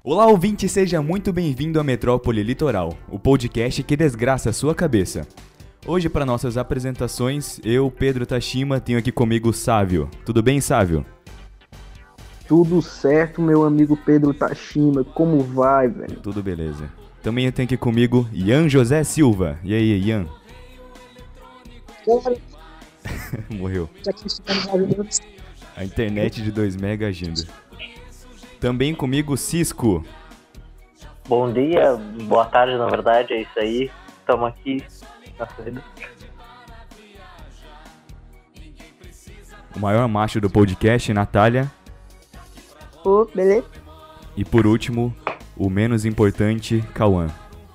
Olá, ouvinte, seja muito bem-vindo à Metrópole Litoral, o podcast que desgraça a sua cabeça. Hoje, para nossas apresentações, eu, Pedro Tashima, tenho aqui comigo o Sávio. Tudo bem, Sávio? Tudo certo, meu amigo Pedro Tashima. Como vai, velho? Tudo beleza. Também eu tenho aqui comigo Ian José Silva. E aí, Ian? Morreu. A internet de 2 mega agindo. Também comigo, Cisco. Bom dia, boa tarde, na verdade, é isso aí. Estamos aqui na corrida. O maior macho do podcast, Natália. Beleza? E por último, o menos importante, Cauã.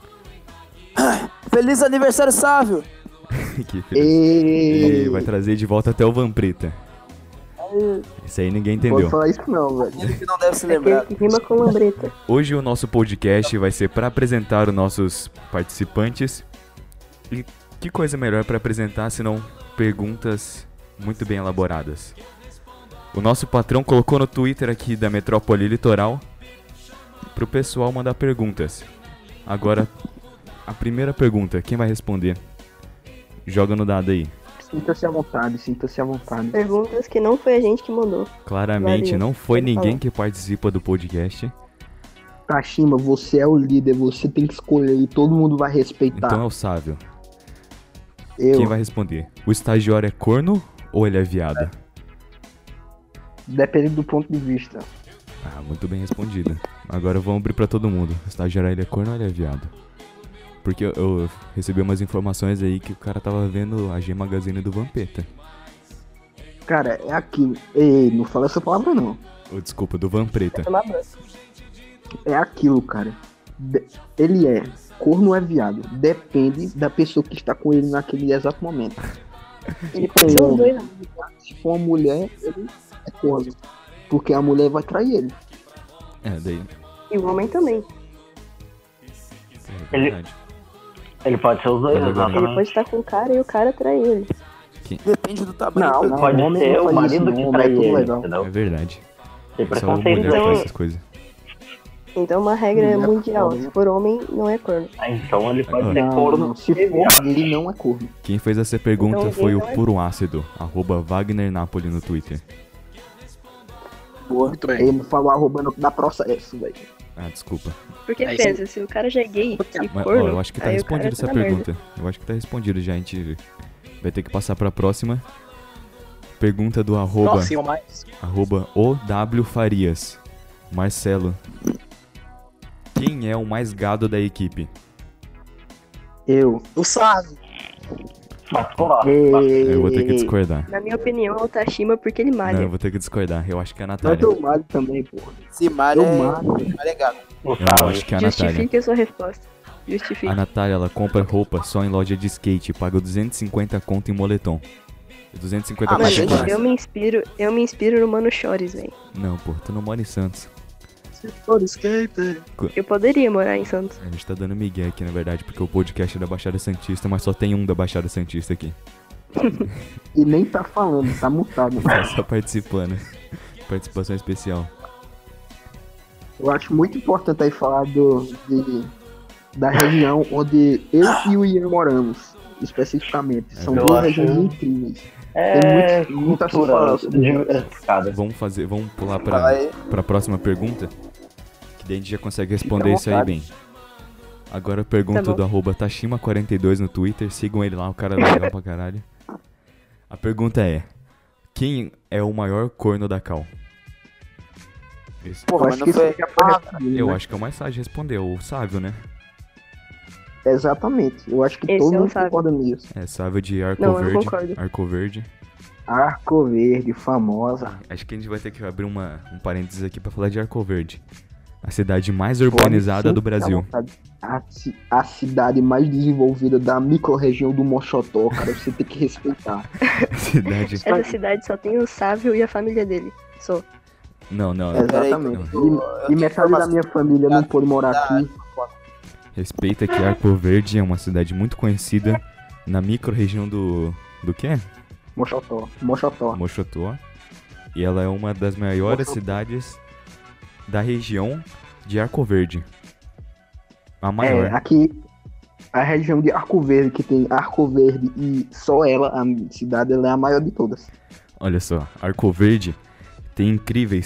Feliz aniversário, Sávio! Que feliz. E vai trazer de volta até o Vampeta. Isso aí ninguém Não entendeu. pode falar isso não, velho. Ele que não deve se Aquele lembrar. que rima com lambreta. Hoje o nosso podcast vai ser para apresentar os nossos participantes. E que coisa melhor para apresentar senão perguntas muito bem elaboradas. O nosso patrão colocou no Twitter aqui da Metrópole Litoral pro pessoal mandar perguntas. Agora, a primeira pergunta, quem vai responder? Joga no dado aí. Sinta-se à vontade, sinta-se à vontade. Perguntas que não foi a gente que mandou. Claramente Valeu. não foi Pode ninguém falar. que participa do podcast. Tashima, você é o líder, você tem que escolher e todo mundo vai respeitar. Então é o Sávio. Eu, Quem vai responder? O estagiário é corno ou ele é viado? depende do ponto de vista. Ah, muito bem respondido. Agora vamos abrir pra todo mundo. O estagiário ele é corno ou ele é viado? Porque eu recebi umas informações aí que o cara tava vendo a G Magazine do Vampeta. Cara, é aquilo. Ei, não fala essa palavra não. Ou desculpa, do Vampeta. Tomar banho. É aquilo, cara. Ele é corno ou é viado. Depende da pessoa que está com ele naquele exato momento. Ele pode ser os dois, né? Se for uma mulher, ele é corno. Porque a mulher vai trair ele. É, daí. E o homem também. É verdade. Ele pode ser os dois, Ele Ele exatamente. pode estar com o cara e o cara trair ele. Depende do tamanho. Não, do- não. Pode homem ser não o faz isso, marido não, que homem é trai tudo ele, legal. entendeu? É verdade. Tem Só preconceito mulher então- faz essas coisas. Então uma regra Não é mundial. foda, né? Se for homem, não é corno. Então ele pode ser Não, corno. não. Se for, ele não é corno. Quem fez essa pergunta Então, foi o então é- Puro Ácido, @Wagner Napoli no Twitter. Boa. Muito bem. Ele não falou arroba não, dá processo, velho. Ah, desculpa. Porque Aí pensa, se o cara já é gay e Mas, ó, corno, eu acho que tá aí o cara respondido essa tá na merda. pergunta. Eu acho que tá respondido já. A gente vai ter que passar pra próxima. Pergunta do Próximo mais. @OW Farias. Marcelo. Quem é o mais gado da equipe? Eu. O Sávio. Mas, porra, Eu vou ter que discordar. Na minha opinião, é o Tashima porque ele Não, malha. eu vou ter que discordar. Eu acho que é a Mas Natália. eu malho também, porra. Se malha Eu é... malho. malha é gato. o Eu Sávio. acho que é a Natália. Justifique a sua resposta. Justifique. A Natália, ela compra roupa só em loja de skate. Paga 250 conto em moletom. 250 Ah, mas conto em gente- massa. Eu me inspiro no Mano Chores, velho. Não, pô, tu não mora em Santos. Se for skater. Eu poderia morar em Santos. A gente tá dando migué aqui, na verdade, porque o podcast é da Baixada Santista, mas só tem um da Baixada Santista aqui. E nem tá falando, tá mutado. Tá só participando. Participação especial. Eu acho muito importante aí falar da região onde eu e o Ian moramos, especificamente. São Eu duas acho- regiões incríveis. É Tem muito a se cultura falar sobre isso. diversificada. Vamos pular Vai. pra próxima pergunta, que daí a gente já consegue Fica responder à isso aí vontade. bem. Agora a pergunta Tá bom. do @Tashima42 no Twitter, sigam ele lá, o cara é legal pra caralho. A pergunta é: quem é o maior corno da Cal? Isso. Porra, Eu mas acho não que isso foi... aí já foi Ah, respondido, Eu né? acho que é o mais fácil de responder, o Sávio, né? Exatamente. Eu acho que Esse todo é o mundo Sávio. concorda nisso. É, Sávio de Arco Não, eu Verde. concordo. Arco Verde. Arco Verde, famosa. Acho que a gente vai ter que abrir um parênteses aqui pra falar de Arco Verde. A cidade mais urbanizada Pode do sim, fica à Brasil. vontade. A cidade mais desenvolvida da microrregião do Mochotó, cara, você tem que respeitar. Cidade. Essa cidade só tem o Sávio e a família dele. Só. Não. Exatamente. Não. E metade da minha família não pôde morar aqui. Respeita que Arco Verde é uma cidade muito conhecida na micro-região do quê? Mochotó. Mochotó. E ela é uma das maiores cidades da região de Arco Verde. A maior. Aqui, a região de Arco Verde, que tem Arco Verde e só ela, a cidade, ela é a maior de todas. Olha só, Arco Verde tem incríveis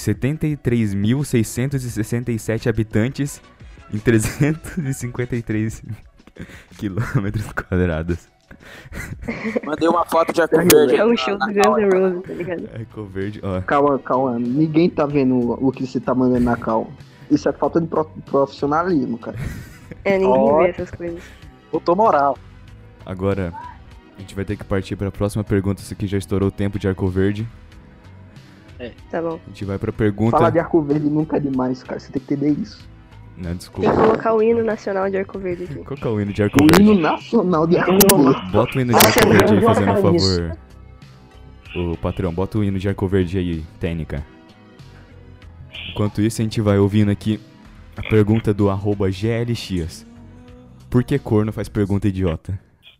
73.667 habitantes em 353 quilômetros quadrados. Mandei uma foto de Arco Verde. É um show do Guns N' Roses, tá ligado? Arco Verde, ó. Calma, ninguém tá vendo o que você tá mandando na cal. Isso é falta de profissionalismo, cara. É, ninguém vê essas coisas. Botou moral. Agora, a gente vai ter que partir para a próxima pergunta. Isso aqui já estourou o tempo de Arco Verde. Tá bom. A gente vai pra pergunta. Falar de Arco Verde nunca é demais, cara. Você tem que entender isso. Não, Tem desculpa. que colocar o hino nacional de Arco Verde aqui. Qual que é o hino de Arco O Verde? hino nacional de Arco Verde. Bota o hino de Arco Verde aí, fazendo um favor. Ô, patrão, bota o hino de Arco Verde aí, técnica. Enquanto isso, a gente vai ouvindo aqui a pergunta do @GLX. Por que corno faz pergunta idiota?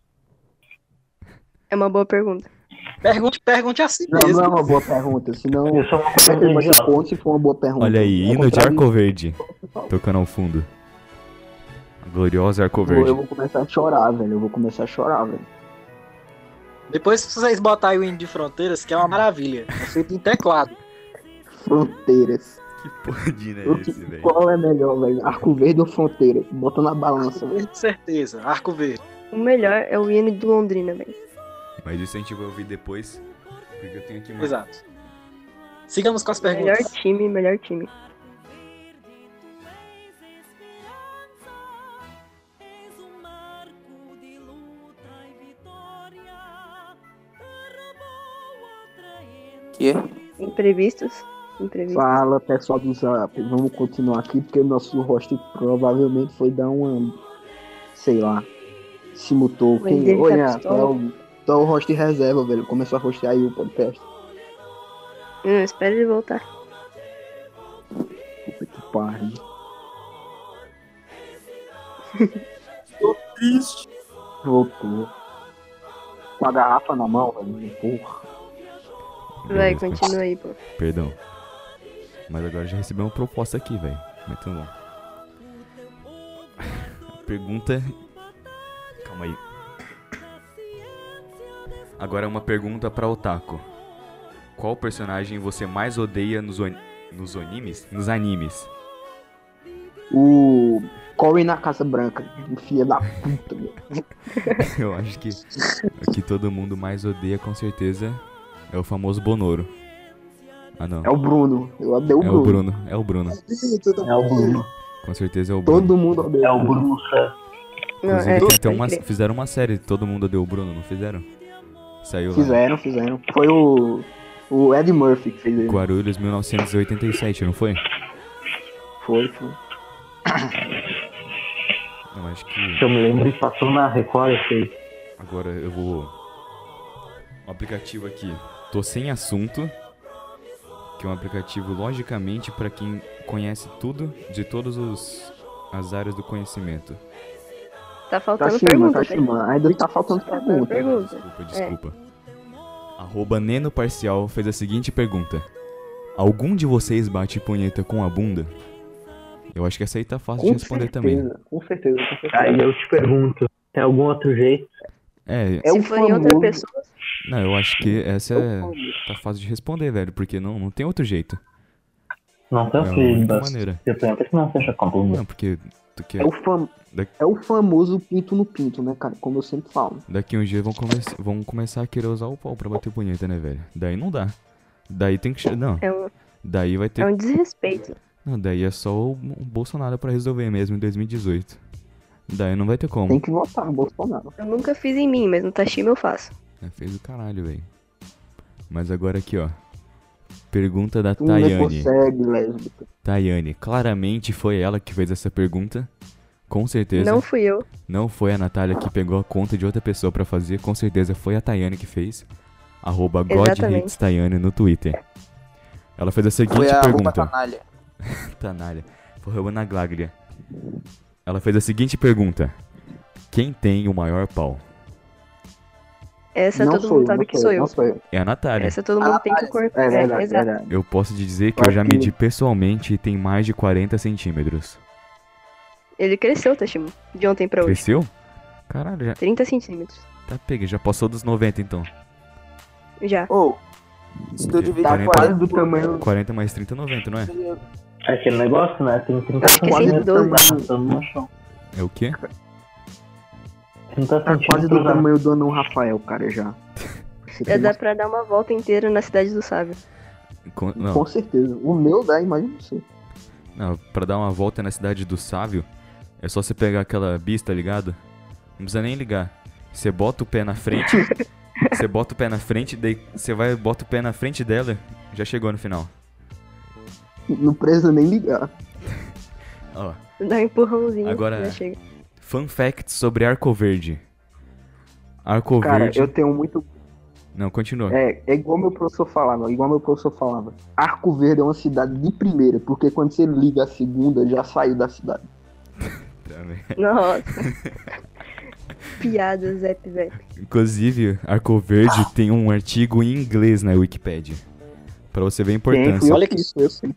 É uma boa pergunta. Pergunte assim Não, mesmo. não é uma boa pergunta, senão Eu sou uma como é que ele vai ser idiota. ponto se for uma boa pergunta? Olha aí, Ao hino de contrário, Arco Verde. Tocando ao fundo. A gloriosa Arco Verde. eu vou começar a chorar, velho. Depois se vocês botarem o hino de Fronteiras, que é uma maravilha. É feito em teclado. Fronteiras. Que porra de hino é esse, velho? Qual é melhor, velho? Arco Verde ou Fronteira? Bota na balança, velho. Com certeza. Arco Verde. O melhor é o hino de Londrina, velho. Mas isso a gente vai ouvir depois. Porque eu tenho aqui mais. Exato. Sigamos com as Melhor perguntas. time, melhor time. Que? Imprevistos? Imprevistos. Fala, pessoal do Zap. Vamos continuar aqui, porque o nosso host provavelmente foi dar uma... Sei lá. Se mutou. Mas ele tá Olha, pistola. tu é o host reserva, velho. Começou a hostear aí o podcast. Espera ele voltar. Puta que pariu. Tô triste. Voltou. Com a garrafa na mão, velho. Porra. Vai, Beleza. continua aí, pô. Perdão. Mas agora já recebi uma proposta aqui, velho. Muito bom. A pergunta. Calma aí. Agora uma pergunta pra Otaku. Qual personagem você mais odeia nos animes? Nos animes. O Corey na Casa Branca. Filha da puta, velho. Eu acho que o que todo mundo mais odeia com certeza é o famoso Bonoro. Ah não. É o Bruno. Eu odeio o É Bruno. o Bruno. É o Bruno. É o Bruno. Com certeza é o Bruno. Todo mundo odeia É o Bruno Sam. Não, Inclusive tem até pode crer. fizeram uma série, todo mundo odeia o Bruno, não fizeram? Saiu lá. Fizeram. Foi o Ed Murphy que fez ele. Guarulhos 1987, não foi? Foi. Eu acho que Se eu me lembro, passou na Record, eu sei. agora eu vou... O aplicativo aqui, Tô Sem Assunto, que é um aplicativo, logicamente, pra quem conhece tudo de todas as áreas do conhecimento. Tá faltando Tá pergunta, velho. acima. Ainda tá faltando Faltando pergunta. pergunta. Desculpa. @Neno Parcial fez a seguinte pergunta. Algum de vocês bate punheta com a bunda? Eu acho que essa aí tá fácil de responder também. Com certeza. Aí eu te pergunto, tem algum outro jeito? É, É Se o for em outra famoso- pessoa, não, eu acho que essa tá fácil de responder, velho, porque não tem outro jeito. Não tem É a única outro maneira. Eu pergunto se não fecha com a bunda. Não, porque tu quer... É o famoso pinto no pinto, né, cara? Como eu sempre falo. Daqui um dia vão começar a querer usar o pau pra bater punheta, né, velho? Daí não dá. Daí tem que... Não, daí vai ter... é um desrespeito. Não, daí é só o Bolsonaro pra resolver mesmo em 2018. Daí não vai ter como. Tem que votar no Bolsonaro. Eu nunca fiz em mim, mas no Tashima eu faço. É, fez o caralho, velho. Mas agora aqui, ó. Pergunta da Tu não Tayane. consegue, lésbica. Tayane, claramente foi ela que fez essa pergunta. Com certeza. Não fui eu. Não foi a Natália que pegou a conta de outra pessoa pra fazer. Com certeza foi a Tayane que fez. @GodHatesTayane no Twitter. Ela fez a seguinte Foi a pergunta. Tanalha. Tanalha. Foi a Ana Glaglia. Ela fez a seguinte pergunta. Quem tem o maior pau? Essa Não todo sou mundo eu, sabe não que sou sou eu, eu. não sou eu. É a Natália. Essa todo mundo tem que cortar. É verdade, exato. verdade. Eu posso te dizer que eu já Acho que- medi pessoalmente e tem mais de 40 centímetros. Ele cresceu, Tashimo, de ontem pra hoje. Cresceu? Caralho, já 30 centímetros. tá pega, já passou dos 90 então. Já. Ô, se tu dividir Tá 40. quase do tamanho. 40 mais 30, 90, não é? É aquele negócio, né? Tem 30 Acho que é centímetros 112. arrastando no chão. É o quê? 30 Tá quase do centímetros tamanho do anão Rafael, cara, já. Você Já tem dá pra dar uma volta inteira na cidade do sábio. Não, Com certeza. O meu dá, imagina você. não, pra dar uma volta na cidade do Sávio, é só você pegar aquela bis, tá ligado? Não precisa nem ligar. Você bota o pé na frente, você bota o pé na frente, daí você vai, bota o pé na frente dela, já chegou no final. Não precisa nem ligar. Ó, Dá um empurrãozinho. Agora- Já chega. fun fact sobre Arco Verde. Arco Cara, Verde... eu tenho muito. Não, continua. É igual meu professor falava. Arco Verde é uma cidade de primeira, porque quando você liga a segunda, já saiu da cidade. Também. Nossa. Piadas, Zep Zep. Inclusive, Arco Verde tem um artigo em inglês na Wikipedia. Pra você ver a importância. Eu Olha que fiz, eu sei.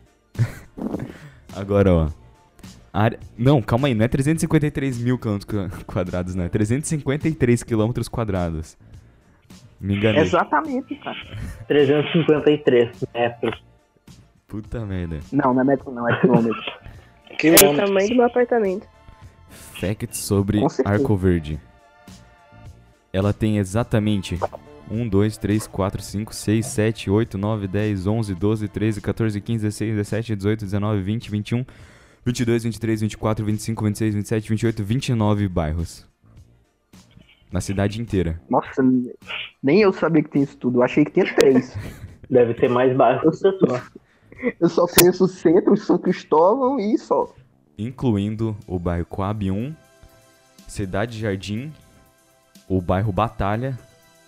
Agora, ó. Não, calma aí, não é 353 mil quilômetros quadrados, não. É 353 quilômetros quadrados. Me enganei. Exatamente, cara. 353 metros. Puta merda. Não é metro, não, é quilômetro. É o Quilômetros. tamanho do meu apartamento. Facts sobre Com certeza. Arco Verde. Ela tem exatamente 1, 2, 3, 4, 5, 6, 7, 8, 9, 10, 11, 12, 13, 14, 15, 16, 17, 18, 19, 20, 21, 22, 23, 24, 25, 26, 27, 28, 29 bairros. Na cidade inteira. Nossa, nem eu sabia que tinha isso tudo. Eu achei que tinha 3. Deve ter mais bairros que só. Eu só conheço o centro, São Cristóvão e só. Incluindo o bairro Coab 1, Cidade Jardim, o bairro Batalha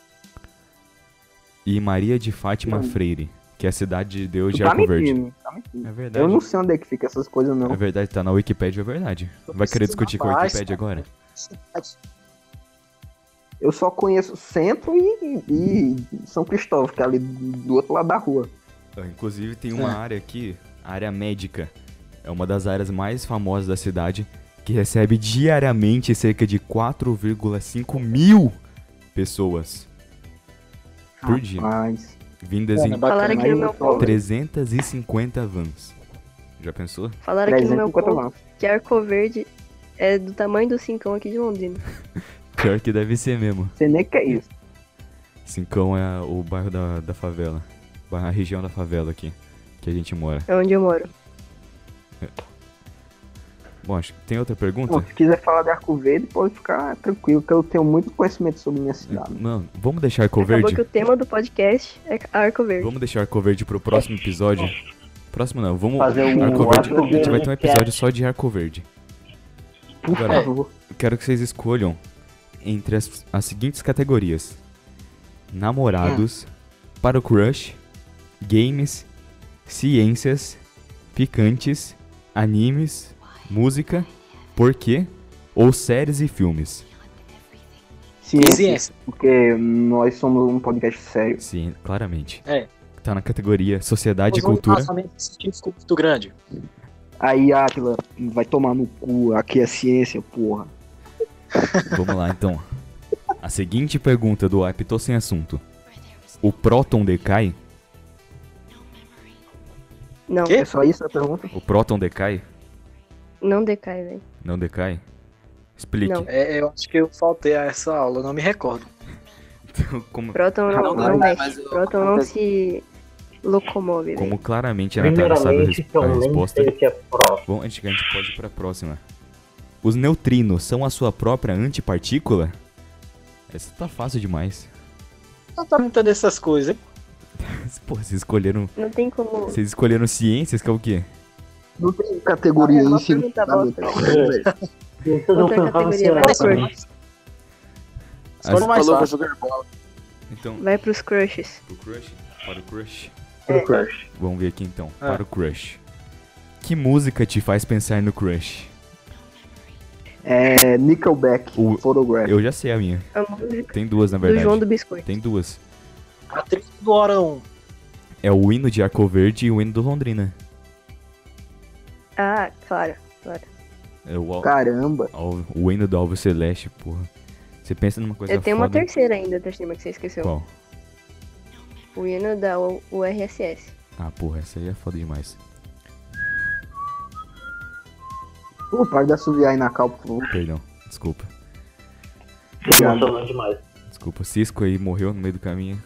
e Maria de Fátima Freire, que é a cidade de Deus de Tu tá Arco Verde. mentindo, tá mentindo. É verdade. Eu não sei onde é que fica essas coisas, não. É verdade, tá na Wikipédia, é verdade. Vai querer discutir com a Rapaz, Wikipédia agora? Eu só conheço o centro e São Cristóvão, que é ali do outro lado da rua. Inclusive tem uma área aqui, a área médica. É uma das áreas mais famosas da cidade, que recebe diariamente cerca de 4,5 mil pessoas por dia. Mas Vindas em Falaram aqui no meu Mas- ponto. 350 vans. Já pensou? Falaram aqui no meu 350 ponto lá. que Arco Verde é do tamanho do Cincão aqui de Londrina. Pior que deve ser mesmo. Você nem quer isso. Cincão é o bairro da favela. A região da favela aqui, que a gente mora. É onde eu moro. Bom, acho que tem outra Bom, pergunta? se quiser falar de Arco Verde, pode ficar tranquilo, que eu tenho muito conhecimento sobre minha cidade. Não, vamos deixar Arco Acabou Verde? que o tema do podcast é Arco Verde. Vamos deixar Arco Verde pro próximo episódio? Próximo não, vamos... Fazer um Arco Verde, Arco a gente vai ter um Verde episódio só de Arco Verde. Por Agora, favor. eu quero que vocês escolham entre as seguintes categorias: namorados, para o crush, games, ciências, picantes, animes, música, porquê ou séries e filmes. Ciência, porque nós somos um podcast sério. Sim, claramente. É. Tá na categoria sociedade e Usou um cultura. lançamento científico muito grande. Aí, Atila, vai tomar no cu, aqui é ciência, porra. Vamos lá, então. A seguinte pergunta do app Tô Sem Assunto. O próton decai? Não, Quê? É só isso a pergunta? O próton decai? não decai, velho. Não decai? Explique. Não. Eu acho que eu faltei a essa aula, eu não me recordo. Então, como, Próton não, Não, não mas mexe. eu- Próton não se locomove, velho. como claramente a Natália sabe Primeiramente, que a eu nem resposta. sei o que é próximo. Bom, antes que a gente pode ir pra próxima. Os neutrinos são a sua própria antipartícula? Essa tá fácil demais. Eu tava entendendo essas coisas, hein? Pô, vocês escolheram Não tem como. ciências, que é o quê? Não tem categoria Ah, é uma ensino pergunta bosta. fundamental. Ciências eu Outra pensava categoria, vai ciência pro também. crush. Escolhe mais Falou, vou fácil. jogar bola. Então, Vai pros crushes. pro crush? Para o crush? Pro crush. Vamos ver aqui então, É. para o crush. Que música te faz pensar no crush? É Nickelback, O- Photograph. Eu já sei a minha. A música Tem duas, na do verdade. João do Biscoito. Tem duas. A trilha do Hora 1. É o hino de Arco Verde e o hino do Londrina. Ah, claro. É o, Caramba. o hino do Alvo Celeste, porra. Você pensa numa coisa Eu tenho uma foda. terceira ainda, Tashima, que você esqueceu. Qual? O hino da URSS. Ah, porra, essa aí é foda demais. Pô, para de assoviar aí na cal, por favor. Perdão, desculpa. Tô emocionando demais. Desculpa, Cisco aí morreu no meio do caminho.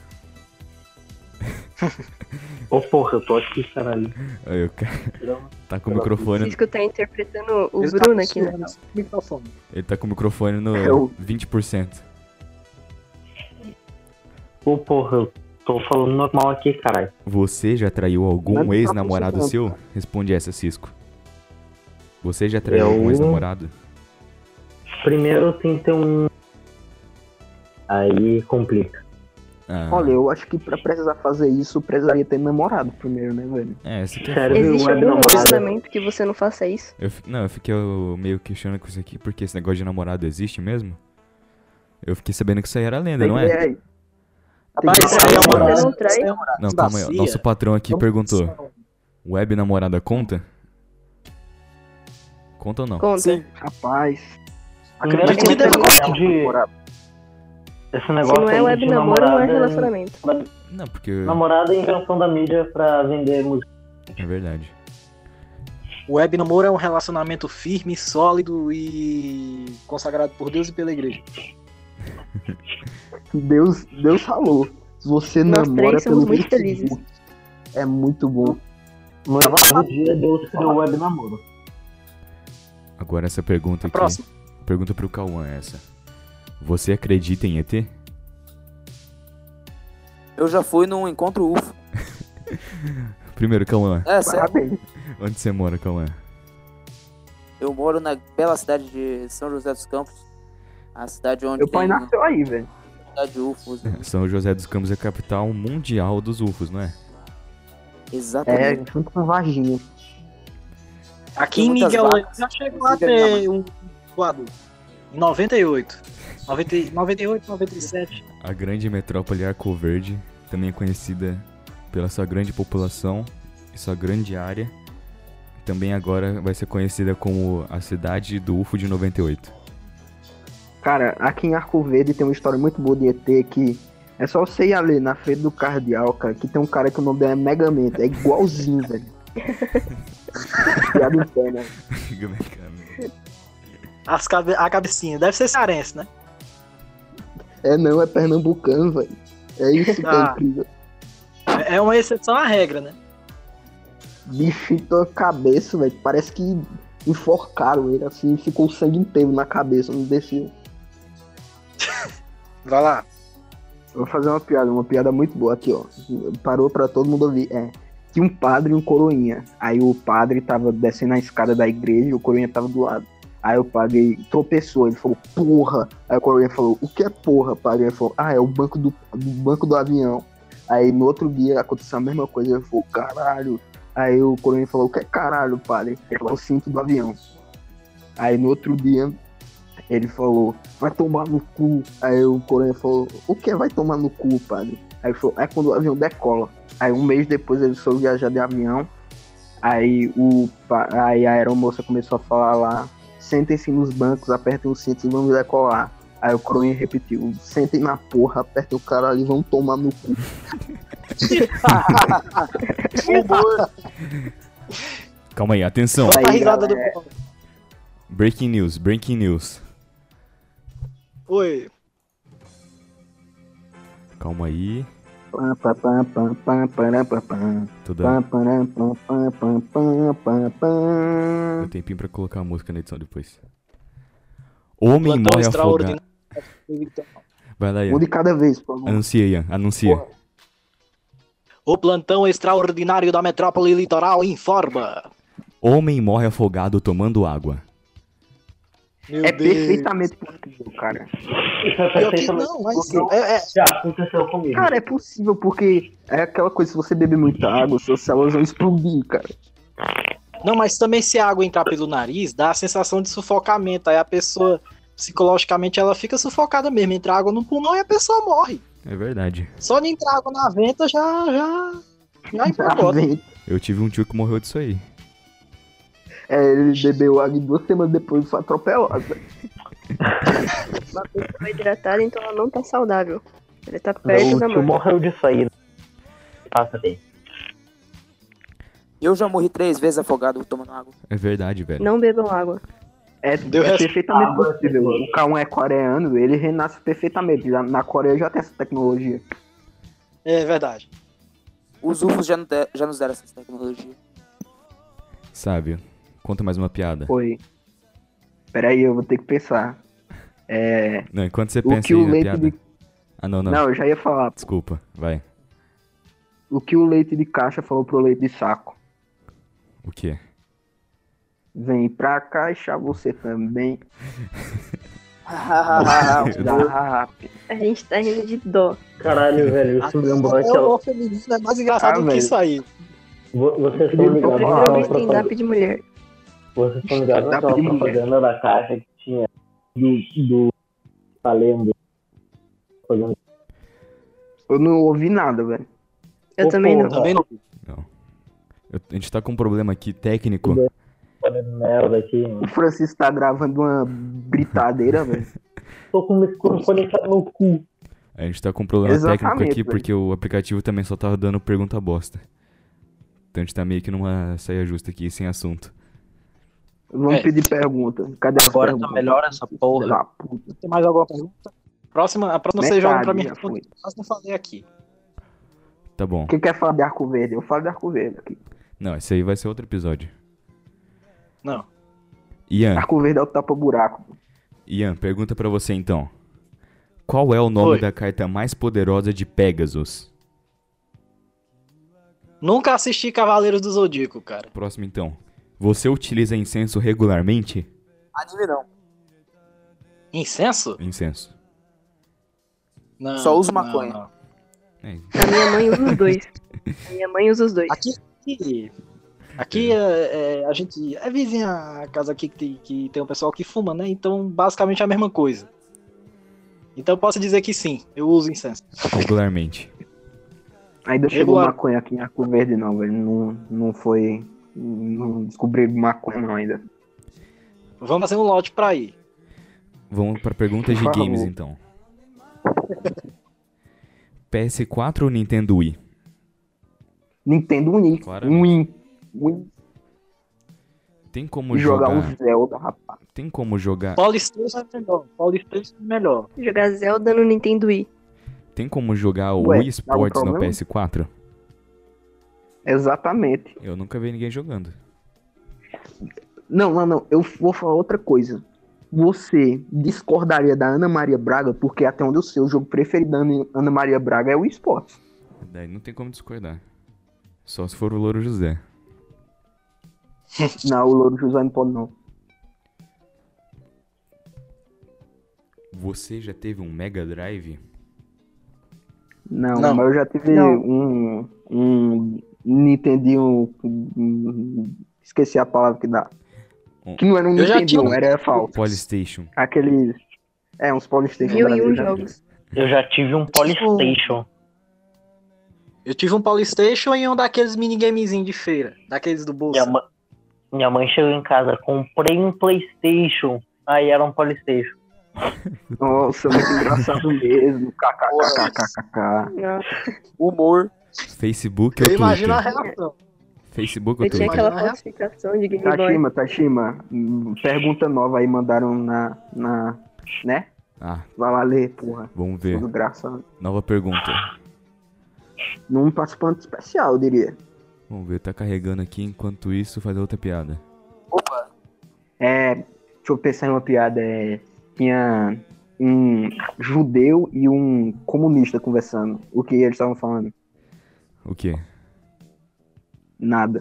Ô porra, eu tô aqui, caralho. Aí, o cara tá com o microfone. Cisco tá interpretando o Ele Bruno tá aqui, né? no microfone. Ele tá com o microfone no Eu- 20%. Ô porra, eu tô falando normal aqui, caralho. Você já traiu algum Não é ex-namorado pra seu? Responde essa, Cisco. Você já traiu Eu- algum ex-namorado? Primeiro tem que ter um. Aí complica. Ah, Olha, eu acho que pra precisar fazer isso, precisaria ter namorado primeiro, né, velho? essa aqui é Sério, Existe web algum namorada. relacionamento que você não faça isso? Eu fiquei meio questionando com isso aqui, porque esse negócio de namorado existe mesmo? Eu fiquei sabendo que isso aí era lenda, não é? Tem Rapaz, que isso ter aí é Você uma namorado. não trai? isso aí é uma Não, calma aí. bacia. Nosso patrão aqui Vamos perguntou: pensar. web namorada conta? Conta ou não? Conta. Sim. Rapaz. Primeiro Acredito que tem deve esse contar. negócio de. Esse Se negócio não é aí web de namoro, não é namorada. relacionamento. Não, porque. Namorada é invenção da mídia pra vender música. É verdade. O web namoro é um relacionamento firme, sólido e consagrado por Deus e pela igreja. Deus falou. Se você Nós namora três somos pelo muito felizes. Facebook, é muito bom. Todo dia Deus criou web namoro. Agora essa pergunta A aqui. próxima. Pergunta pro Cauã essa. Você acredita em ET? Eu já fui num encontro UFO. Primeiro, Cauã. É, sério. Parabéns. Onde você mora, Cauã? Eu moro na bela cidade de São José dos Campos. A cidade onde Meu pai tem nasceu aí, velho. cidade de UFOs. né? São José dos Campos é a capital mundial dos UFOs, não é? É, Exatamente. junto com Varginha. Aqui Tem em muitas Miguel vacas. já chegou a ter um voador. Em 98. 98, 97. A grande metrópole Arco Verde, também é conhecida pela sua grande população e sua grande área, também agora vai ser conhecida como a cidade do UFO de 98. Cara, aqui em Arco Verde tem uma história muito boa de ET que é só você ir ali na frente do Cardeal, cara, que tem um cara que o nome dele é Megamente. É igualzinho, velho. Piada interna. A cabecinha. Deve ser cearense, né? É não, é pernambucano, velho. É isso que é Ah. incrível. É uma exceção à regra, né? Bicho em tua cabeça, velho. Parece que enforcaram ele assim, ficou o sangue inteiro na cabeça, não desceu. Vai lá. Eu vou fazer uma piada muito boa aqui, ó. Parou pra todo mundo ouvir. Tinha um padre e um coroinha. Aí o padre tava descendo a escada da igreja e o coroinha tava do lado. Aí o padre tropeçou, ele falou, porra. Aí o coroinha falou, o que é porra, padre? Ele falou, é o banco do avião. Aí no outro dia aconteceu a mesma coisa, ele falou, caralho. Aí o coroinha falou, o que é caralho, padre? Ele falou, o cinto do avião. Aí no outro dia ele falou, vai tomar no cu. Aí o coroinha falou, o que vai tomar no cu, padre? Aí ele falou, é quando o avião decola. Aí um mês depois ele soube viajar de avião. Aí a aeromoça começou a falar lá, sentem-se nos bancos, apertem os cintos e vamos decolar. Aí o coroinha repetiu, sentem na porra, apertem o caralho e vão tomar no cu. Calma aí, atenção. Aí, A risada do. Breaking news. Oi. Calma aí. Pam, pam, pam, pam, pam, pam, pam, pam. Tô Pam, dando pam, pam, pam, pam, pam, pam, pam. um tempinho pra colocar a música na edição depois. Homem Plantão morre afogado. extraordinário. Vai lá, Um Ian. de cada vez, por favor. Anuncia, Ian. Anuncia. O plantão extraordinário da metrópole litoral informa. Homem morre afogado tomando água. Meu É Deus. perfeitamente possível, cara. Isso é Pior que perfeitamente. não, mas Porque já aconteceu comigo. Cara, é possível porque é aquela coisa, se você beber muita água, suas células vão explodir, cara. Não, mas também se a água entrar pelo nariz, dá a sensação de sufocamento. Aí a pessoa, psicologicamente, ela fica sufocada mesmo. Entra água no pulmão e a pessoa morre. É verdade. Só de entrar água na venta já empacota. Eu tive um tio que morreu disso aí. Ele bebeu água e 2 semanas depois foi atropelado. Uma pessoa hidratada, então ela não tá saudável. Ele tá perto O da tio morte. morreu disso aí. Passa bem. Eu já morri 3 vezes afogado tomando água. É verdade, velho. Não bebam água. É perfeitamente possível. O K1 é coreano, ele renasce perfeitamente. Na Coreia já tem essa tecnologia. É verdade. Os UFOs já nos deram essa tecnologia. Sábio, conta mais uma piada. Foi. Peraí, eu vou ter que pensar. Não, enquanto você O pensa que aí o na leite piada. de... Ah, não. Não, eu já ia falar. Desculpa, vai. O que o leite de caixa falou pro leite de saco? O quê? Vem pra caixa, você também. A gente tá rindo de dó. Caralho, velho, isso lembrou Até aquela. o feminino é mais engraçado do que velho. isso aí. Vocês estão Eu ligados prefiro naquela ouvir stand-up de mulher. Vocês estão ligados Stand-up naquela de mulher. propaganda da caixa que tinha do Valendo. Eu não ouvi nada, velho. Eu também não. Também não. A gente tá com um problema aqui técnico. Falando merda aqui. O Francisco tá gravando uma britadeira, velho. Tô com o microfone no cu. A gente tá com um problema Exatamente, técnico aqui velho. porque o aplicativo também só tava dando pergunta bosta. Então a gente tá meio que numa saia justa aqui, sem assunto. Vamos pedir pergunta. Cadê as Agora perguntas? tá melhor essa porra. Da puta. Tem mais alguma pergunta? A próxima Metade vocês jogam pra mim. já foi. Mas não falei aqui. Tá bom. Quem quer falar de Arco Verde? Eu falo de Arco Verde aqui. Não, esse aí vai ser outro episódio. Não. Ian, Arco Verde é o tapa-buraco. pergunta pra você então. Qual é o nome Oi. da carta mais poderosa de Pegasus? Nunca assisti Cavaleiros do Zodíaco, cara. Próximo então. Você utiliza incenso regularmente? Anime não. Incenso? Incenso. Não. Só uso não, maconha. não. É, A minha mãe usa os dois. A minha mãe usa os dois. Aqui a gente é vizinha a casa aqui que tem um pessoal que fuma, né? Então, basicamente é a mesma coisa. Então, eu posso dizer que sim, eu uso incenso. regularmente. Ainda chegou Regular. maconha aqui em Arco Verde, não, velho. Não foi. Não descobri maconha, não, ainda. Vamos fazer um lote pra ir. Vamos pra perguntas de Por favor. games então. PS4 ou Nintendo Wii? Nintendo Wii. Claramente. Wii. Tem como Jogar jogar. um Zelda, rapaz. Tem como jogar. PlayStation é melhor. PlayStation é melhor. Jogar Zelda no Nintendo Wii. Tem como jogar o Ué, Wii dá algum Sports no problema? PS4? Exatamente. Eu nunca vi ninguém jogando. Não. Eu vou falar outra coisa. Você discordaria da Ana Maria Braga, porque até onde eu sei, o jogo preferido da Ana Maria Braga é o esporte. Daí não tem como discordar. Só se for o Louro José. Não, o Louro José não pode, não. Você já teve um Mega Drive? Não, Não. mas eu já tive Não. um Nintendinho. Esqueci a palavra que dá. Que não era um Eu já Nintendinho, tive- era falso. Polystation. Aqueles. Uns Polystation 1001 brasileiros. jogos. Eu já tive um Polystation. Eu tive um PlayStation e um daqueles minigamezinhos de feira. Daqueles do bolso. Minha mãe chegou em casa, comprei um PlayStation. Aí era um Polystation. Nossa, muito engraçado mesmo. KKKKKK. Nossa, Humor. Facebook ou Eu imagino a Twitter? reação. Facebook ou eu tinha Twitter? aquela falsificação de Game Boy. Tashima, pergunta nova aí, mandaram né? Ah, Vai lá ler, porra. vamos ver. Tudo engraçado. Nova pergunta. Num participante especial, eu diria. Vamos ver, tá carregando aqui. Enquanto isso, fazer outra piada. Opa. Deixa eu pensar em uma piada. Tinha um judeu e um comunista conversando. O que eles estavam falando? O quê? Nada.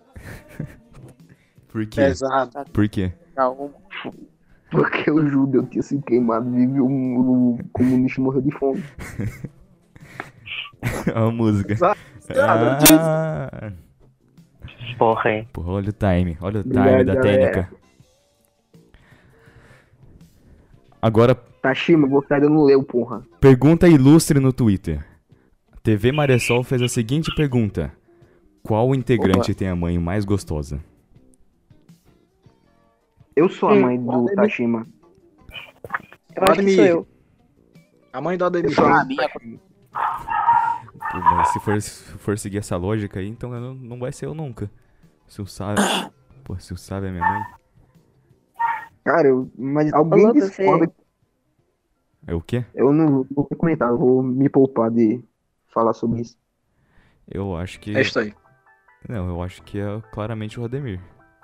Por quê? Pesado. Por quê? Não, Porque o judeu tinha se queimado e o comunista morreu de fome. A música. Exato. Ah, Porra, hein? Porra, olha o time Obrigado, da galera. técnica. Agora, Tashima, você ainda não leu, porra. pergunta ilustre no Twitter. TV Maresol fez a seguinte pergunta: qual integrante tem a mãe mais gostosa? Eu sou a mãe do Tashima. Eu acho que sou eu. A mãe do Ademir. sou A minha, Pô, mas se for seguir essa lógica aí, então não vai ser eu nunca. Se o Sábio... Pô, se o Sábio é minha mãe... Cara, mas alguém Alô, você- discorda. É o quê? Eu não vou comentar, eu vou me poupar de falar sobre isso. Eu acho que... É isso aí. Não, eu acho que é claramente o Ademir.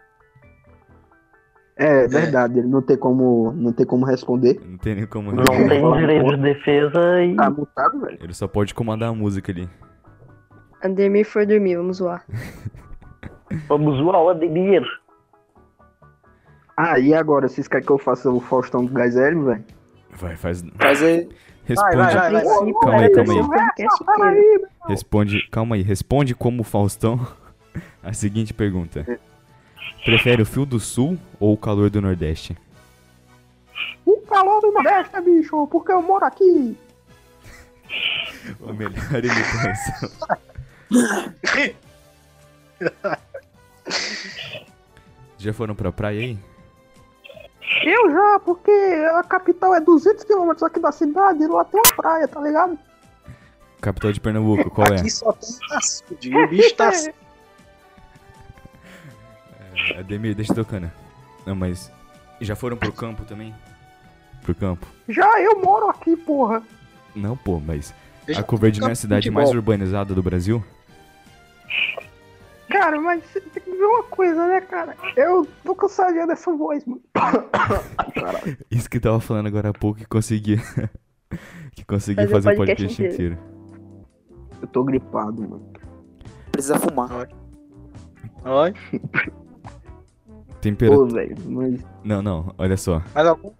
É verdade, ele não tem como responder. Não tem nem como... Não tem direito de defesa e Tá mutado, velho. Ele só pode comandar a música ali. Ademir for dormir, vamos zoar. vamos zoar o Ademir. Ah, e agora, vocês querem que eu faça o Faustão do Gás Hélio, velho? Vai, faz... Mas aí, Responde... vai. A princípio, Calma aí, era pra calma ser aí. o podcast inteiro. Responde... Calma aí. Responde como o Faustão a seguinte pergunta. Prefere o frio do sul ou o calor do Nordeste? O calor do Nordeste, bicho, porque eu moro aqui. A melhor imitação. Já foram pra praia aí? Eu já, porque a capital é 200 km aqui da cidade e lá tem uma praia, tá ligado? Capital de Pernambuco, qual é? Aqui só tem açude. O bicho tá. Ademir, deixa tocando. Não, mas... Já foram pro campo também? Pro campo? Já eu moro aqui, porra. Não, pô, mas... Deixa Arco Verde não é a campo de cidade futebol. mais urbanizada do Brasil? Cara, mas você tem que ver uma coisa, né, cara? Eu tô cansadinho dessa voz, mano. Isso que tava falando agora há pouco que consegui... que consegui Fazer o fazer o podcast podcast inteiro. Eu tô gripado, mano. precisa fumar. Oi. Temperatura... Pô, velho, mas... Não, olha só. Mais algum?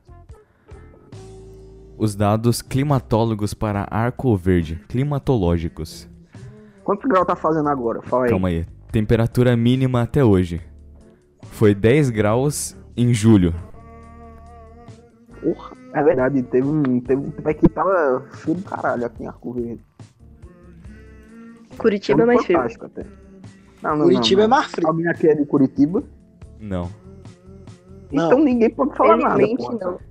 Os dados climatólogos para Arco Verde. Climatológicos. Quantos graus tá fazendo agora? Fala aí. Calma aí. Temperatura mínima até hoje. Foi 10 graus em julho. Porra, é verdade, teve um tempo que tava frio do caralho aqui em Arco Verde. Curitiba é mais frio. Fantástico até. Não, Curitiba é mais frio. Alguém aqui é de Curitiba? Não. Não. Então ninguém pode falar nada, Felizmente porra. não.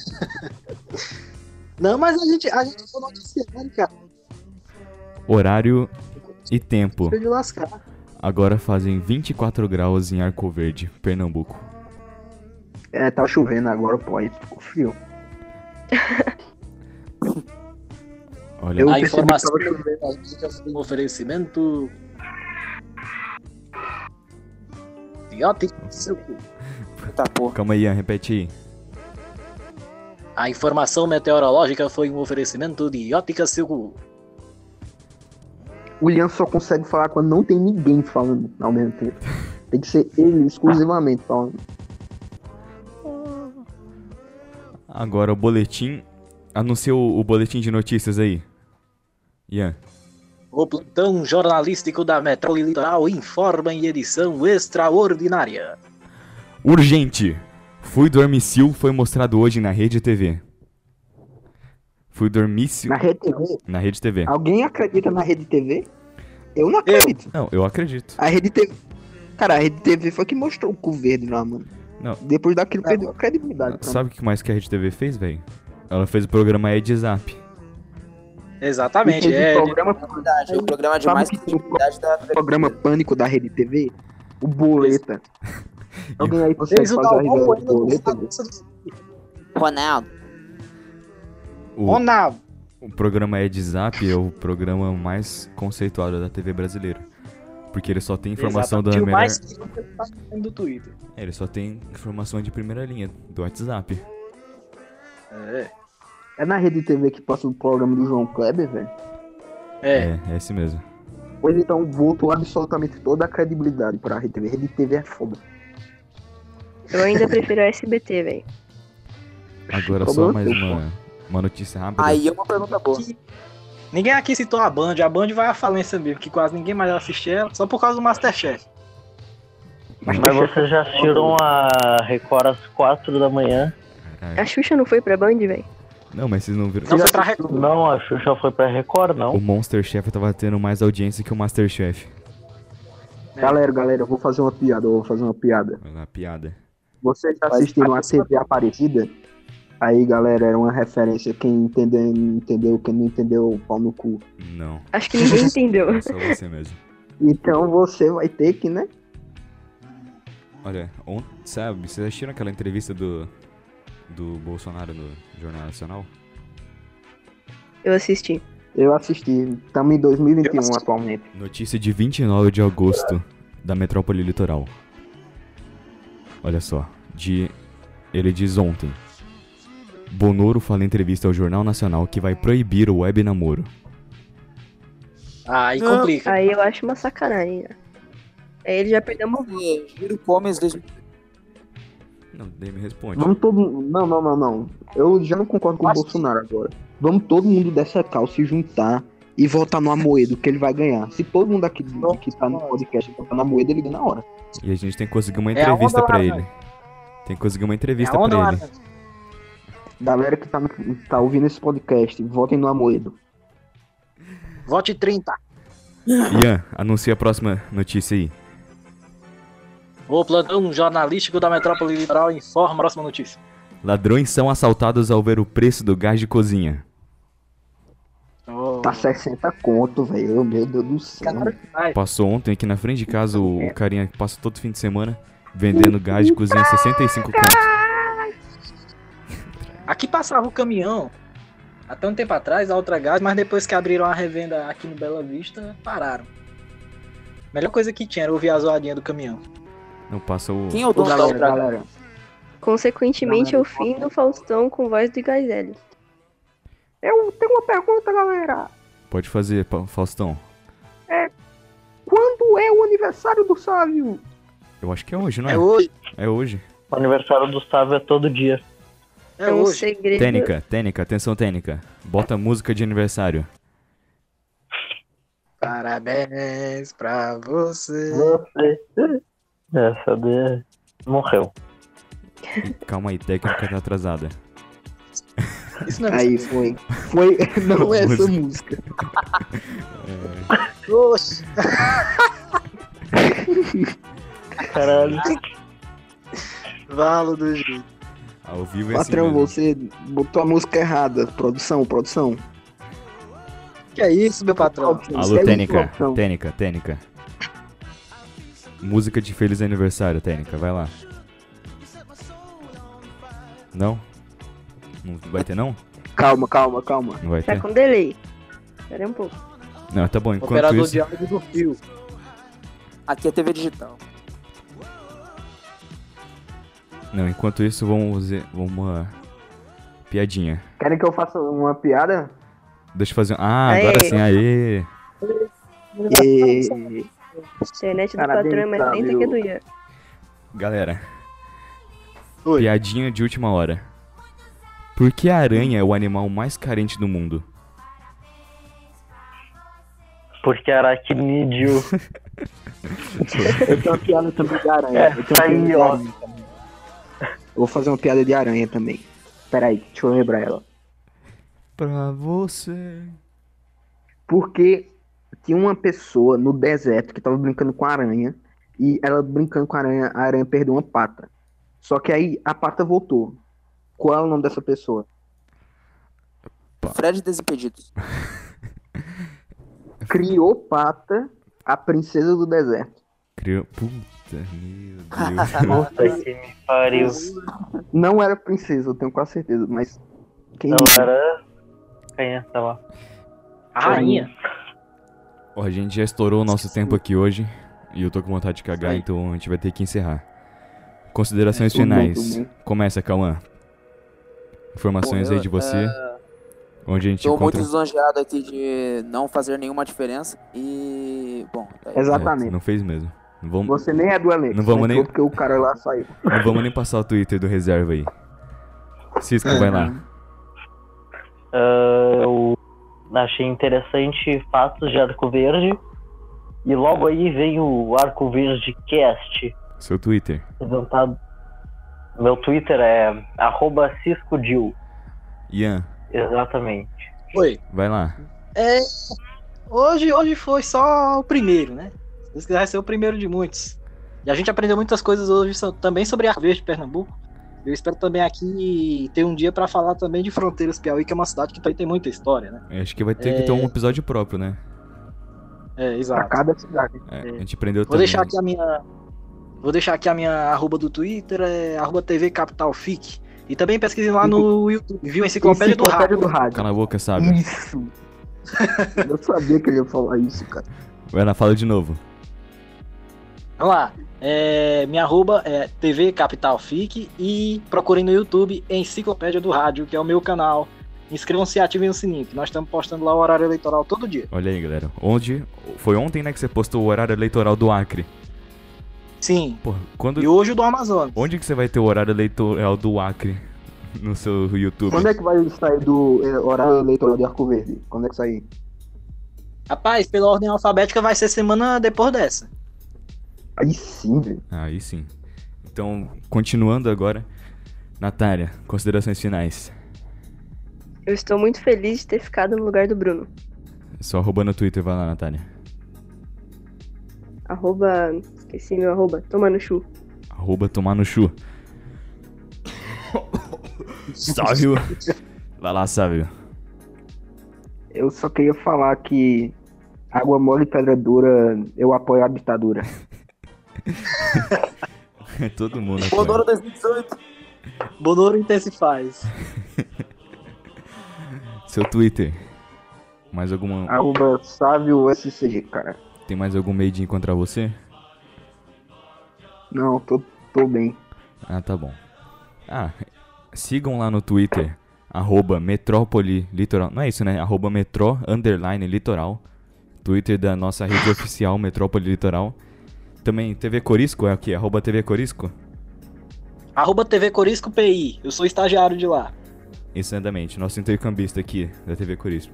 Não, mas a gente só noticiando, cara. Horário e tempo. Frio de lascar. Agora fazem 24 graus em Arco Verde, Pernambuco. É, tá chovendo agora, pô, aí ficou frio. Olha, Eu A percebi informação que tava foi um oferecimento. Idiote, seu cu. Puta porra. calma aí, Ian, repete aí. A informação meteorológica foi um oferecimento de Ótica Seu cu. O Lian só consegue falar quando não tem ninguém falando ao mesmo tempo. Tem que ser ele exclusivamente falando. Agora o boletim. Anunciou o boletim de notícias aí. Ian. O plantão jornalístico da Metrópole Litoral informa em edição extraordinária. Urgente! Fui Dormicil foi mostrado hoje na Rede TV. Fui Dormicil Na Rede TV? na Rede TV. Alguém acredita na Rede TV? Eu não acredito. Não, eu acredito. A Rede TV... Cara, a Rede TV foi que mostrou o cu verde lá, mano. Não. Depois daquilo perdeu a credibilidade. Então. Sabe o que mais que a Rede TV fez, velho? Ela fez o programa EdZap. Exatamente, E fez é. o programa, Verdade, o programa de Sabe mais que tem o credibilidade da programa Pânico da Rede TV. O Boleta. Alguém aí consegue Fez o fazer a Galvão revelação do Bueno Boleta? no Faça Ronaldo. O, Ronaldo. o programa EdZap é o programa mais conceituado da TV brasileira. Porque ele só tem informação da Exatamente, o melhor... mais que tá do Twitter. Ele só tem informação de primeira linha, do WhatsApp. É. É na Rede TV que passa o programa do João Kleber, velho? É. É esse mesmo. Pois então voltou absolutamente toda a credibilidade pra Rede TV. Rede TV é foda. Eu ainda prefiro a SBT, velho. Agora Problema só mais teu, uma notícia rápida. Aí é uma pergunta boa. Ninguém aqui citou a Band vai à falência mesmo, que quase ninguém mais assiste ela, só por causa do Masterchef. Mas vocês já assistiram a Record às 4 da manhã? A Xuxa não foi pra Band, velho? Não, mas vocês não viram. Não foi pra Record. Não, a Xuxa foi pra Record, não. O Monster Chef tava tendo mais audiência que o Masterchef. Galera, eu vou fazer uma piada, Vai lá, piada. Vocês já assistiram a TV Aparecida? Aí, galera, era uma referência. Quem entendeu, quem não entendeu, pau no cu. Não, Acho que ninguém entendeu. é só você mesmo. Então você vai ter que, né? Olha, sabe, vocês assistiram aquela entrevista do Bolsonaro no Jornal Nacional? Eu assisti. Eu assisti. Estamos em 2021 atualmente. Notícia de 29 de agosto da Metrópole Litoral. Olha só, ele diz ontem. Bonoro fala em entrevista ao Jornal Nacional que vai proibir o web namoro. Aí complica. Aí eu acho uma sacanagem, né? Aí ele já perdeu uma... Giro Gomes desde... Não, daí me responde. Vamos todo mundo. Não. Eu já não concordo com o Bolsonaro agora. Vamos todo mundo dessa cal se juntar e votar no Amoedo, que ele vai ganhar. Se todo mundo aqui que tá no podcast votar no Amoedo, ele ganha na hora. E a gente tem que conseguir uma É a onda entrevista pra laranja. ele. Tem que conseguir uma entrevista É a onda pra ele. laranja. Galera que tá ouvindo esse podcast, votem no Amoedo. Vote 30. Ian, anuncia a próxima notícia aí. O plantão jornalístico da Metrópole Litoral informa a próxima notícia. Ladrões são assaltados ao ver o preço do gás de cozinha. Tá 60 conto, velho. Meu Deus do céu. Passou ontem aqui na frente de casa o carinha que passa todo fim de semana vendendo gás de cozinha 65 conto. Aqui passava o caminhão até um tempo atrás, a Ultra Gás, mas depois que abriram a revenda aqui no Bela Vista, pararam. A melhor coisa que tinha era ouvir a zoadinha do caminhão. Não, passa o... Quem é o dono da Ultra Gás? Galera. Consequentemente, é o fim do Faustão com voz do Gaizelli. Eu tenho uma pergunta, galera. Pode fazer, Faustão. Quando é o aniversário do Sávio? Eu acho que é hoje, não é? É hoje. É hoje. O aniversário do Sávio é todo dia. É um hoje. segredo. Técnica, atenção técnica. Bota a música de aniversário. Parabéns pra você. Essa de... morreu. Calma aí, técnica tá atrasada. Isso não é Aí foi. Não é essa música. Oxe. Caralho. Valo do jeito. Ao vivo é assim Patrão, mesmo. você botou a música errada. Produção. Que é isso, meu patrão? Alô, Que é técnica, isso, produção? técnica. Música de feliz aniversário, técnica, vai lá. Não? Não vai ter não? Calma. Não vai Tá ter? com delay. Espera aí um pouco. Não, tá bom, enquanto Operador isso... de áudio do fio. Aqui é TV digital. Não, enquanto isso, vamos uma piadinha. Querem que eu faça uma piada? Deixa eu fazer... Ah, Aê. agora sim, aê! E... Internet do Parabéns, patrão é mais lenta Fábio. que a do Ian. Galera, Oi. piadinha de última hora. Por que a aranha é o animal mais carente do mundo? Porque aracnídeo. Eu tenho uma piada também de aranha. É, Eu tenho tá uma piada aí, de ó. aranha também. Eu vou fazer uma piada de aranha também. Peraí, deixa eu lembrar ela. Pra você... Porque tinha uma pessoa no deserto que tava brincando com a aranha. E ela brincando com a aranha perdeu uma pata. Só que aí a pata voltou. Qual é o nome dessa pessoa? Fred Desimpedidos. Criou pata, a princesa do deserto. Criou... Puta, meu Deus. Puta que me pariu. Não era princesa, eu tenho quase certeza, mas quem Não disse? era. Quem é? Tá lá. A rainha. Ó, a gente já estourou o nosso tempo aqui hoje. E eu tô com vontade de cagar, Aí. então a gente vai ter que encerrar. Considerações Tudo bem, finais. tudo bem. Começa, Cauã. Informações Bom, aí de você. Onde a gente Tô muito encontra... lisonjeado aqui de não fazer nenhuma diferença. E. Bom, tá aí. Exatamente. Não fez mesmo. Não vamos, Você nem é do elenco. Não vamos né? nem- Porque o cara lá saiu. não vamos nem passar o Twitter do reserva aí. Cisco, vai lá. Eu achei interessante fatos de Arco Verde. E logo aí vem o Arco Verde Cast. Seu Twitter. Apresentado. Meu Twitter é @CiscoDil. Ian, Exatamente. Oi. vai lá. Hoje foi só o primeiro, né? Se Deus quiser, vai ser o primeiro de muitos. E a gente aprendeu muitas coisas hoje também sobre Arco Verde, Pernambuco. Eu espero também aqui ter um dia pra falar também de Fronteiras, Piauí, que é uma cidade que também tem muita história, né? Acho que vai ter que ter um episódio próprio, né? Pra Exato. cada cidade. A gente aprendeu Vou também. deixar aqui a minha arroba do Twitter, TV Capital FIC. E também pesquisem lá no YouTube, viu? Enciclopédia do Rádio. Cala a boca, sabe? Isso. Eu sabia que ele ia falar isso, cara. Vai lá, fala de novo. Vamos lá. Minha arroba é TV Capital FIC e procurem no YouTube Enciclopédia do Rádio, que é o meu canal. Inscrevam-se e ativem o sininho, que nós estamos postando lá o horário eleitoral todo dia. Olha aí, galera. Foi ontem, né, que você postou o horário eleitoral do Acre. Sim. Porra, quando... E hoje o do Amazonas. Onde que você vai ter o horário eleitoral do Acre no seu YouTube? Quando é que vai sair do horário eleitoral de Arco Verde? Quando é que sair? Rapaz, pela ordem alfabética vai ser semana depois dessa. Aí sim, velho. Aí sim. Então, continuando agora. Natália, considerações finais. Eu estou muito feliz de ter ficado no lugar do Bruno. Só arroba no Twitter, vai lá, Natália. Esqueci meu arroba. Toma no chu. Arroba tomar no chu. Sávio. Vai lá, Sávio. Eu só queria falar que água mole e pedra dura, eu apoio a ditadura. Todo mundo. Bonoro 2018. Bonoro intensifaz. Seu Twitter. Mais alguma... @Sávio SCG, cara. Tem mais algum meio de encontrar você? Não, tô bem. Ah, tá bom. Sigam lá no Twitter, @Metrópole Litoral. Não é isso, né? @Metro_Litoral. Twitter da nossa rede oficial, Metrópole Litoral. Também TV Corisco, é o quê? @TV Corisco? @TV Corisco PI. Eu sou estagiário de lá. Exatamente, nosso intercambista aqui da TV Corisco.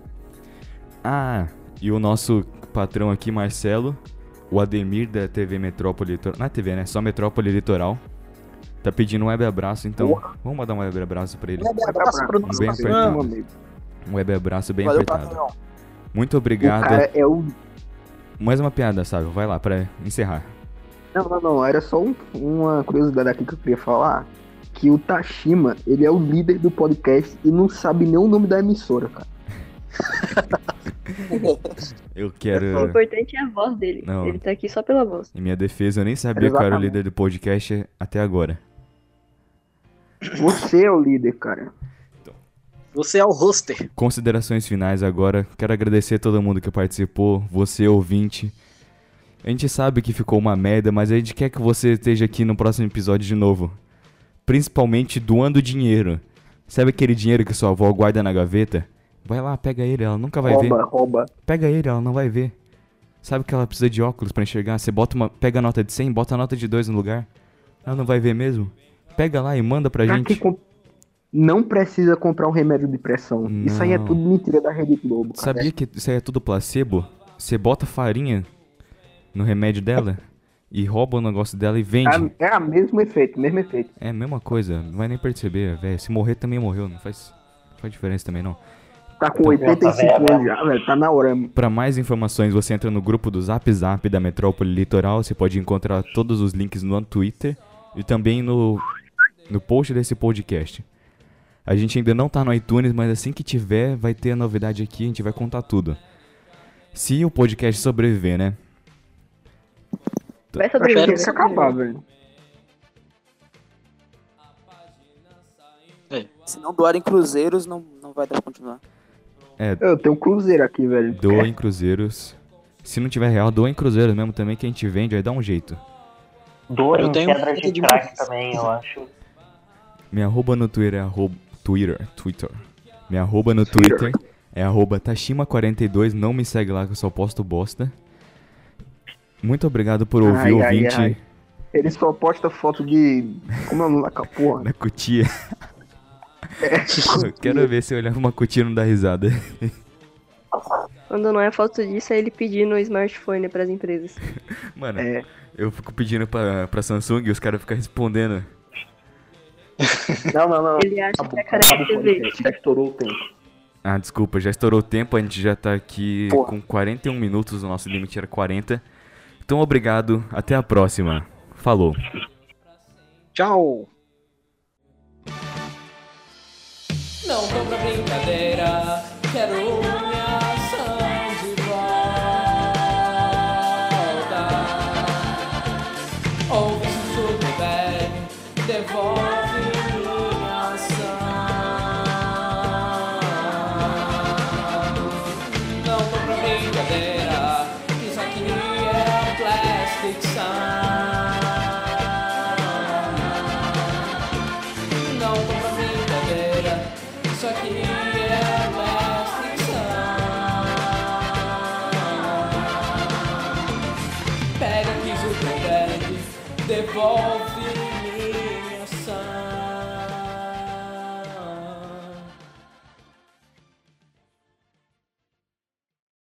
E o nosso patrão aqui, Marcelo, o Ademir da TV Metrópole Litoral. Não é TV, né? Só Metrópole Litoral. Tá pedindo um web abraço, então vamos mandar um web abraço pra ele. Um abraço pro nosso Bem patrão. apertado. Um web abraço bem Valeu, apertado. patrão. Muito O obrigado. cara é o... Mais uma piada, sabe? Vai lá, pra encerrar. Não, era só uma curiosidade aqui que eu queria falar. Que o Tashima, ele é o líder do podcast e não sabe nem o nome da emissora, cara. Eu O quero... importante é a voz dele. Não. Ele tá aqui só pela voz. Em minha defesa, eu nem sabia que eu era o Exatamente. líder do podcast até agora. Você é o líder, cara. Você é o hoster. Considerações finais agora. Quero agradecer a todo mundo que participou, você ouvinte. A gente sabe que ficou uma merda, mas a gente quer que você esteja aqui no próximo episódio de novo. Principalmente doando dinheiro. Sabe aquele dinheiro que sua avó guarda na gaveta? Vai lá, pega ele, ela nunca vai ver. Rouba. Pega ele, ela não vai ver. Sabe que ela precisa de óculos pra enxergar? Você pega a nota de 100, bota a nota de 2 no lugar. Ela não vai ver mesmo. Pega lá e manda pra gente. Não precisa comprar um remédio de pressão. Isso aí é Não. tudo mentira da Rede Globo, cara. Sabia que isso aí é tudo placebo? Você bota farinha no remédio dela e rouba o negócio dela e vende. É o mesmo efeito. É a mesma coisa, não vai nem perceber, velho. Se morrer também morreu, não faz diferença também não. Tá com 85 anos já, velho. Tá na hora. Para mais informações, você entra no grupo do Zap Zap da Metrópole Litoral. Você pode encontrar todos os links no Twitter e também no post desse podcast. A gente ainda não tá no iTunes, mas assim que tiver, vai ter a novidade aqui, a gente vai contar tudo. Se o podcast sobreviver, né? Vai Eu sobreviver. achei que ia acabar, velho. Se não doarem cruzeiros, não vai dar pra continuar. Eu tenho um cruzeiro aqui, velho. Doa em cruzeiros. Se não tiver real, doa em cruzeiros mesmo também, que a gente vende, aí dá um jeito. Dor Eu em tenho pedra um de de crack mais. também, eu acho. Minha arroba no Twitter é Twitter. Minha arroba no Twitter é @Tashima42. Não me segue lá que eu só posto bosta. Muito obrigado por ouvir, ouvinte. Ai. Ele só posta foto de... Como é o nome daquela porra? Da cutia. Eu quero ver se eu olhar pra uma cutia e não dar risada. Quando não é foto disso, é ele pedindo o smartphone pras empresas. Mano, eu fico pedindo pra Samsung e os caras ficam respondendo. Não. Ele acha que é careca TV. Já estourou o tempo. Ah, desculpa, já estourou o tempo, a gente já tá aqui Porra. com 41 minutos, o nosso limite era 40. Então, obrigado, até a próxima. Falou. Tchau! Não tô pra brincadeira, quero minha ação de volta. Ouve se tudo bem, devolve minha ação. Não tô pra brincadeira, isso aqui é Plastic Sound. Não tô pra brincadeira, isso aqui é Plastic Sound. Pega aqui Zuckerberg, devolve